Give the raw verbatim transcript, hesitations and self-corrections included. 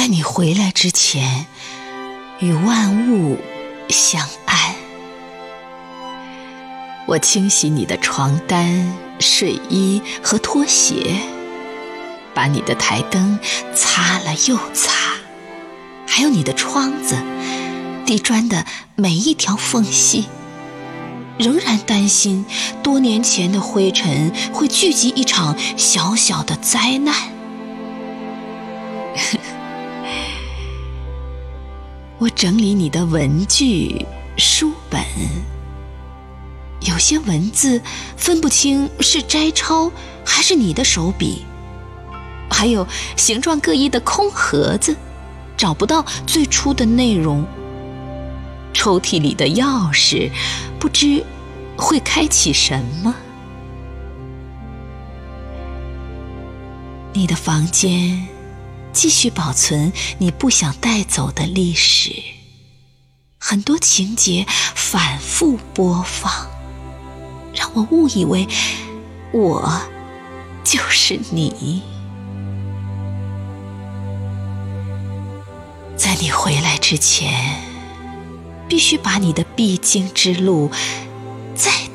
在你回来之前，与万物相安。我清洗你的床单、睡衣和拖鞋，把你的台灯擦了又擦，还有你的窗子、地砖的每一条缝隙，仍然担心多年前的灰尘会聚集一场小小的灾难。我整理你的文具、书本，有些文字分不清是摘抄还是你的手笔，还有形状各异的空盒子，找不到最初的内容。抽屉里的钥匙，不知会开启什么。你的房间继续保存你不想带走的历史，很多情节反复播放，让我误以为我就是你。在你回来之前，必须把你的必经之路再